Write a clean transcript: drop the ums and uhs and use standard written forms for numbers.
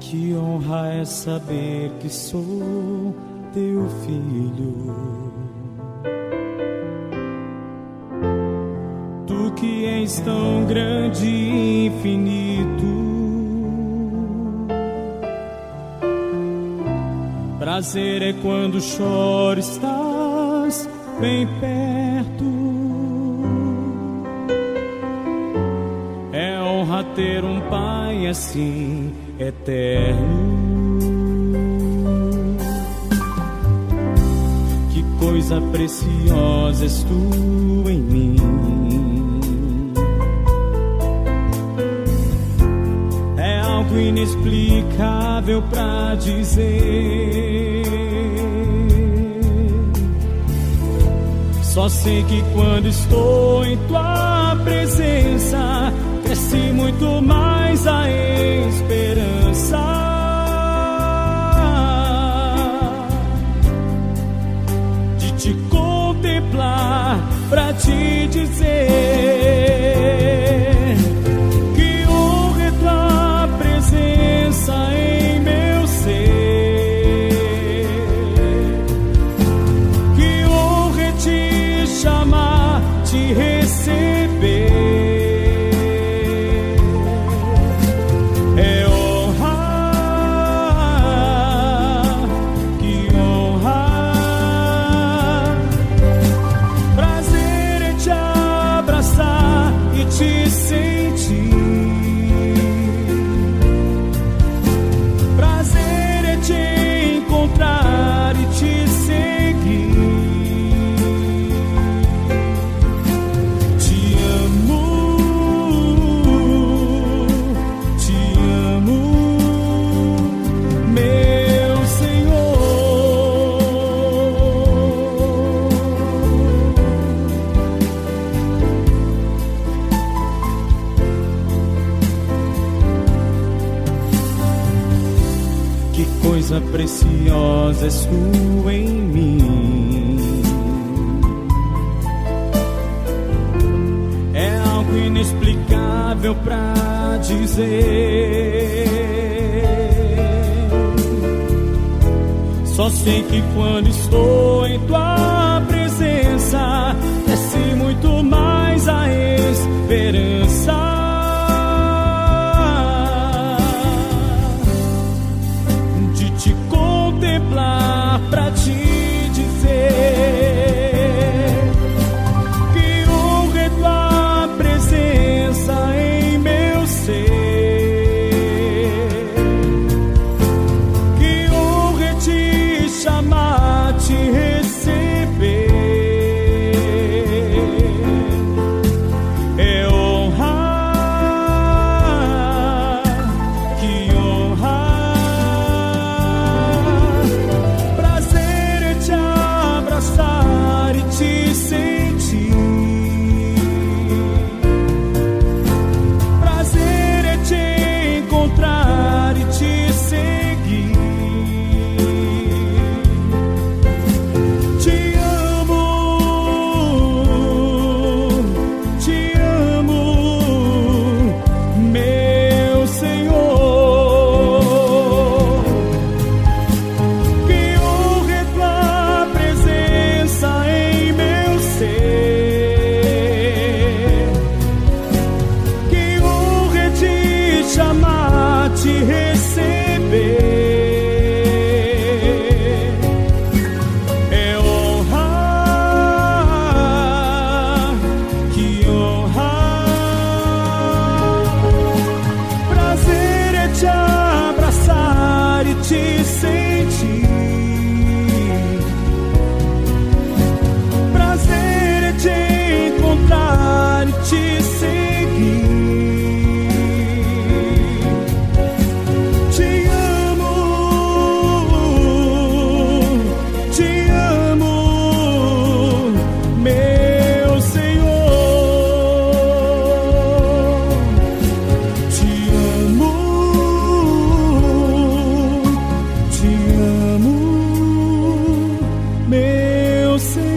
Que honra é saber que sou teu filho. Tu que és tão grande e infinito. Prazer é quando choro, estás bem perto. É honra ter um pai assim eterno. Que coisa preciosa és tu em mim. É algo inexplicável pra dizer. Só sei que quando estou em tua presença, cresce muito mais a esperança de te contemplar, pra te dizer que honra é tua presença em meu ser, que honra é te chamar, te receber. Te sentir, prazer é te encontrar e te seguir. Te amo, meu Senhor. Que coisa preciosa és tu em mim. É algo inexplicável pra dizer. Só sei que quando estou em tua presença, cresce muito mais a esperança pra te dizer que honra é tua presença em meu ser, que honra é te chamar, te receber. É honra, que honra. E te sentir, prazer é te encontrar e te seguir. Te amo, meu Senhor. Que honra é tua presença em meu ser, que honra é te chamar, te receber. É honra, que honra. Prazer é te abraçar e te sentir. Prazer é te encontrar e te seguir. Te amo, meu Senhor. Te amo, meu Senhor.